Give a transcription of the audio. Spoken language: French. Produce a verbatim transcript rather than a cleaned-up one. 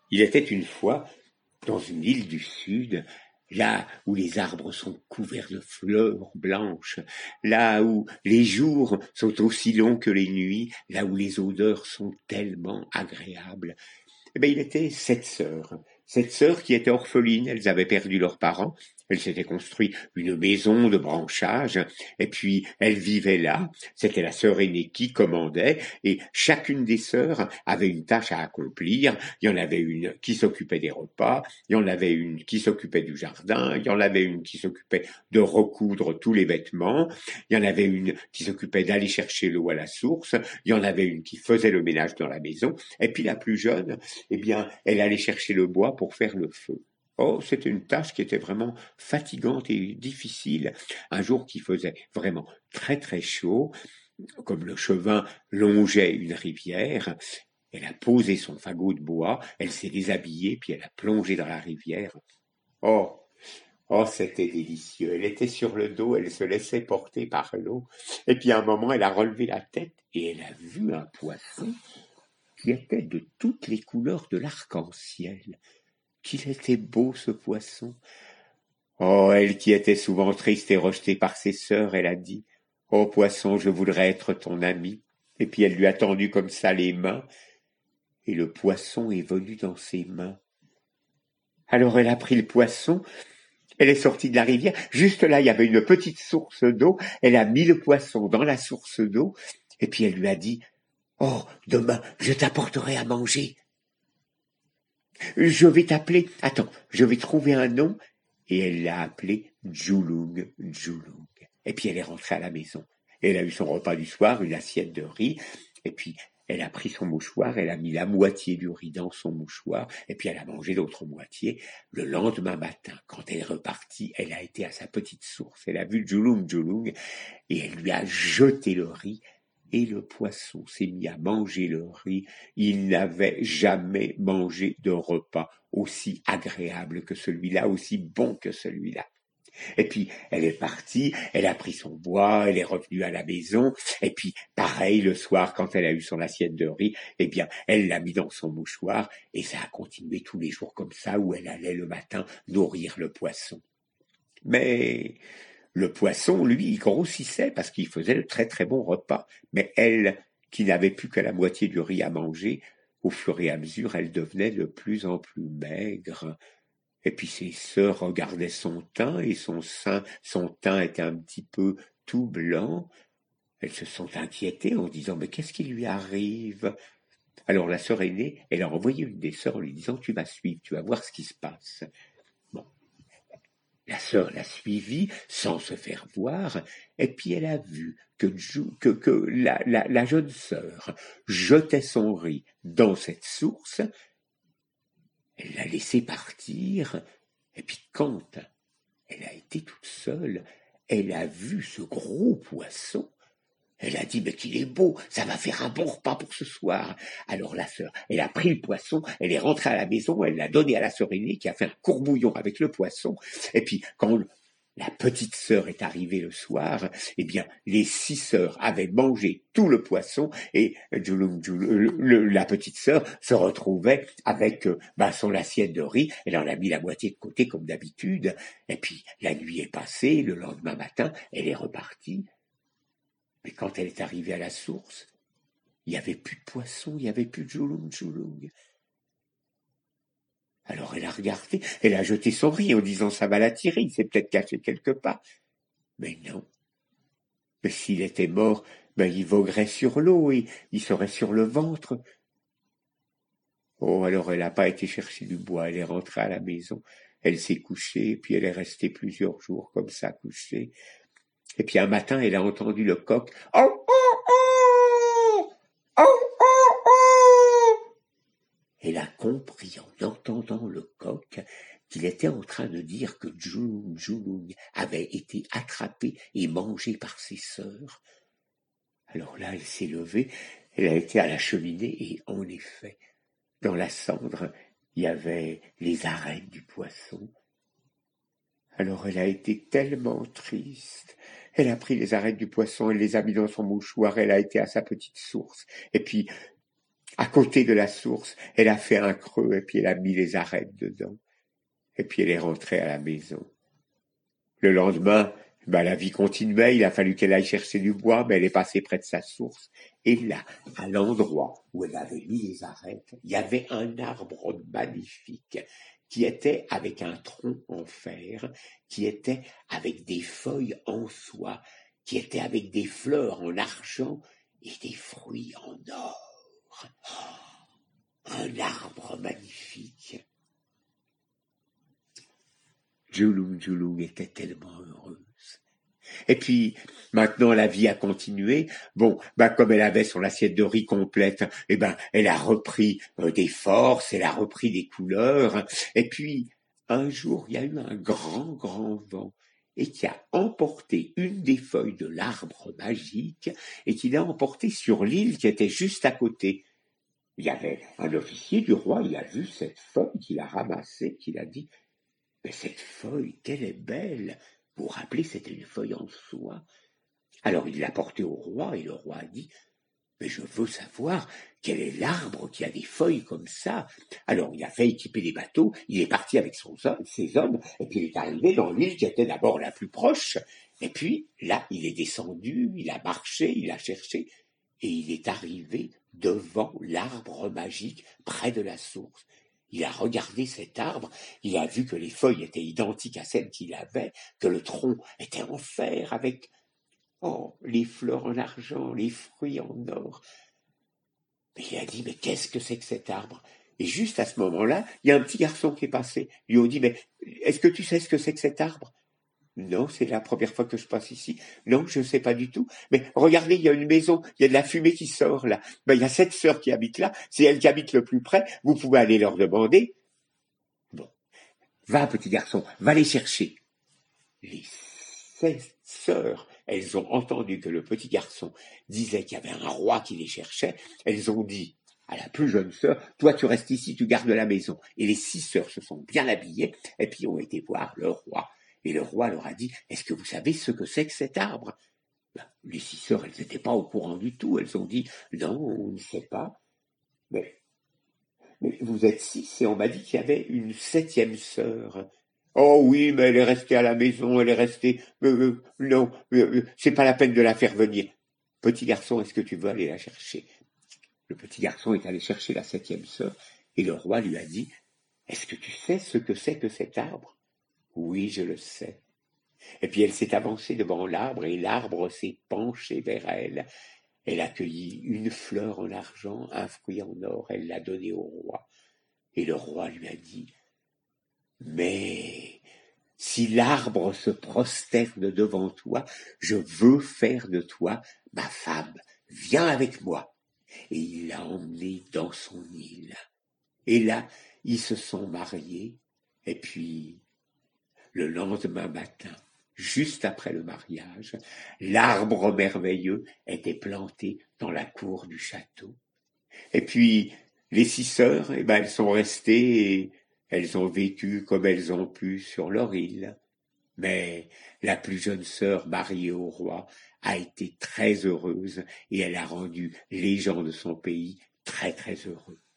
Il était une fois, dans une île du Sud, là où les arbres sont couverts de fleurs blanches, là où les jours sont aussi longs que les nuits, là où les odeurs sont tellement agréables. Eh bien, il était sept sœurs. Sept sœurs qui étaient orphelines, elles avaient perdu leurs parents, elles s'étaient construit une maison de branchage, et puis elles vivaient là. C'était la sœur aînée qui commandait, et chacune des sœurs avait une tâche à accomplir. Il y en avait une qui s'occupait des repas, il y en avait une qui s'occupait du jardin, il y en avait une qui s'occupait de recoudre tous les vêtements, il y en avait une qui s'occupait d'aller chercher l'eau à la source, il y en avait une qui faisait le ménage dans la maison, et puis la plus jeune, eh bien, elle allait chercher le bois pour faire le feu. Oh, c'était une tâche qui était vraiment fatigante et difficile. Un jour qui faisait vraiment très très chaud, comme le Chevin longeait une rivière, elle a posé son fagot de bois, elle s'est déshabillée, puis elle a plongé dans la rivière. Oh, oh, c'était délicieux. Elle était sur le dos, elle se laissait porter par l'eau. Et puis à un moment, elle a relevé la tête et elle a vu un poisson qui était de toutes les couleurs de l'arc-en-ciel. Qu'il était beau, ce poisson. Oh, elle qui était souvent triste et rejetée par ses sœurs, elle a dit « Oh, poisson, je voudrais être ton ami. » Et puis elle lui a tendu comme ça les mains, et le poisson est venu dans ses mains. Alors elle a pris le poisson, elle est sortie de la rivière. Juste là, il y avait une petite source d'eau. Elle a mis le poisson dans la source d'eau, et puis elle lui a dit « Oh, demain, je t'apporterai à manger. » Je vais t'appeler, attends, je vais trouver un nom, et elle l'a appelé Djoulung, Djoulung. Et puis elle est rentrée à la maison. Elle a eu son repas du soir, une assiette de riz, et puis elle a pris son mouchoir, elle a mis la moitié du riz dans son mouchoir, et puis elle a mangé l'autre moitié. Le lendemain matin, quand elle est repartie, elle a été à sa petite source, elle a vu Djoulung, Djoulung, et elle lui a jeté le riz. Et le poisson s'est mis à manger le riz. Il n'avait jamais mangé de repas aussi agréable que celui-là, aussi bon que celui-là. Et puis, elle est partie, elle a pris son bois, elle est revenue à la maison, et puis, pareil, le soir, quand elle a eu son assiette de riz, eh bien, elle l'a mis dans son mouchoir, et ça a continué tous les jours comme ça, où elle allait le matin nourrir le poisson. Mais le poisson, lui, il grossissait parce qu'il faisait de très très bons repas. Mais elle, qui n'avait plus que la moitié du riz à manger, au fur et à mesure, elle devenait de plus en plus maigre. Et puis ses sœurs regardaient son teint, et son sein, son teint était un petit peu tout blanc. Elles se sont inquiétées en disant « Mais qu'est-ce qui lui arrive ?» Alors la sœur aînée, elle a envoyé une des sœurs en lui disant « Tu vas suivre, tu vas voir ce qui se passe. » Bon. La sœur l'a suivie sans se faire voir, et puis elle a vu que, que, que la, la, la jeune sœur jetait son riz dans cette source. Elle l'a laissé partir, et puis quand elle a été toute seule, elle a vu ce gros poisson. Elle a dit « Mais qu'il est beau, ça va faire un bon repas pour ce soir. » Alors la sœur, elle a pris le poisson, elle est rentrée à la maison, elle l'a donné à la sœur aînée qui a fait un courbouillon avec le poisson. Et puis quand la petite sœur est arrivée le soir, eh bien les six sœurs avaient mangé tout le poisson, et Djoulung, Djoulung, le, la petite sœur se retrouvait avec euh, ben, son assiette de riz. Elle en a mis la moitié de côté comme d'habitude. Et puis la nuit est passée, le lendemain matin, elle est repartie. Mais quand elle est arrivée à la source, il n'y avait plus de poisson, il n'y avait plus de Djoulung, Djoulung. Alors elle a regardé, elle a jeté son riz en disant « Ça va l'attirer, il s'est peut-être caché quelque part. » Mais non. Mais s'il était mort, ben il voguerait sur l'eau et il serait sur le ventre. Oh, alors elle n'a pas été chercher du bois, elle est rentrée à la maison, elle s'est couchée, puis elle est restée plusieurs jours comme ça couchée. Et puis un matin, elle a entendu le coq « Oh, oh, oh, oh, oh, oh !» Elle a compris en entendant le coq qu'il était en train de dire que Djoulung, Djoulung avait été attrapé et mangé par ses sœurs. Alors là, elle s'est levée, elle a été à la cheminée et en effet, dans la cendre, il y avait les arêtes du poisson. Alors elle a été tellement triste. Elle a pris les arêtes du poisson, elle les a mis dans son mouchoir, elle a été à sa petite source. Et puis, à côté de la source, elle a fait un creux et puis elle a mis les arêtes dedans. Et puis elle est rentrée à la maison. Le lendemain, ben, la vie continuait, il a fallu qu'elle aille chercher du bois, mais elle est passée près de sa source. Et là, à l'endroit où elle avait mis les arêtes, il y avait un arbre magnifique qui était avec un tronc en fer, qui était avec des feuilles en soie, qui était avec des fleurs en argent et des fruits en or. Un arbre magnifique. Djouloum Djouloum était tellement heureuse. Et puis, maintenant, la vie a continué. Bon, ben, comme elle avait son assiette de riz complète, eh ben, elle a repris euh, des forces, elle a repris des couleurs. Et puis, un jour, il y a eu un grand, grand vent et qui a emporté une des feuilles de l'arbre magique et qui l'a emportée sur l'île qui était juste à côté. Il y avait un officier du roi, il a vu cette feuille qu'il a ramassée, qu'il a dit « Mais cette feuille, qu'elle est belle !» Vous vous rappelez, c'était une feuille en soie. Alors il l'a portée au roi et le roi a dit « Mais je veux savoir quel est l'arbre qui a des feuilles comme ça ?» Alors il a fait équiper des bateaux, il est parti avec son, ses hommes et puis il est arrivé dans l'île qui était d'abord la plus proche. Et puis là, il est descendu, il a marché, il a cherché et il est arrivé devant l'arbre magique près de la source. Il a regardé cet arbre, il a vu que les feuilles étaient identiques à celles qu'il avait, que le tronc était en fer avec oh, les fleurs en argent, les fruits en or. Mais il a dit, mais qu'est-ce que c'est que cet arbre? Et juste à ce moment-là, il y a un petit garçon qui est passé. Ils lui ont dit, mais est-ce que tu sais ce que c'est que cet arbre? Non, c'est la première fois que je passe ici. Non, je ne sais pas du tout. Mais regardez, il y a une maison, il y a de la fumée qui sort là. Ben, il y a cette sœur qui habite là, c'est elle qui habite le plus près. Vous pouvez aller leur demander. Bon, va petit garçon, va les chercher. Les sept sœurs, elles ont entendu que le petit garçon disait qu'il y avait un roi qui les cherchait. Elles ont dit à la plus jeune sœur, toi tu restes ici, tu gardes la maison. Et les six sœurs se sont bien habillées et puis ont été voir le roi. Et le roi leur a dit, est-ce que vous savez ce que c'est que cet arbre? Ben, les six sœurs, elles n'étaient pas au courant du tout. Elles ont dit, non, on ne sait pas. Mais, mais vous êtes six et on m'a dit qu'il y avait une septième sœur. Oh oui, mais elle est restée à la maison, elle est restée... Euh, euh, non, euh, c'est pas la peine de la faire venir. Petit garçon, est-ce que tu veux aller la chercher? Le petit garçon est allé chercher la septième sœur et le roi lui a dit, est-ce que tu sais ce que c'est que cet arbre? Oui, je le sais. Et puis elle s'est avancée devant l'arbre et l'arbre s'est penché vers elle. Elle a cueilli une fleur en argent, un fruit en or, elle l'a donné au roi. Et le roi lui a dit, mais si l'arbre se prosterne devant toi, je veux faire de toi ma femme. Viens avec moi. Et il l'a emmenée dans son île. Et là, ils se sont mariés. Et puis, le lendemain matin, juste après le mariage, l'arbre merveilleux était planté dans la cour du château. Et puis, les six sœurs, eh ben, elles sont restées et elles ont vécu comme elles ont pu sur leur île. Mais la plus jeune sœur, mariée au roi, a été très heureuse et elle a rendu les gens de son pays très très heureux.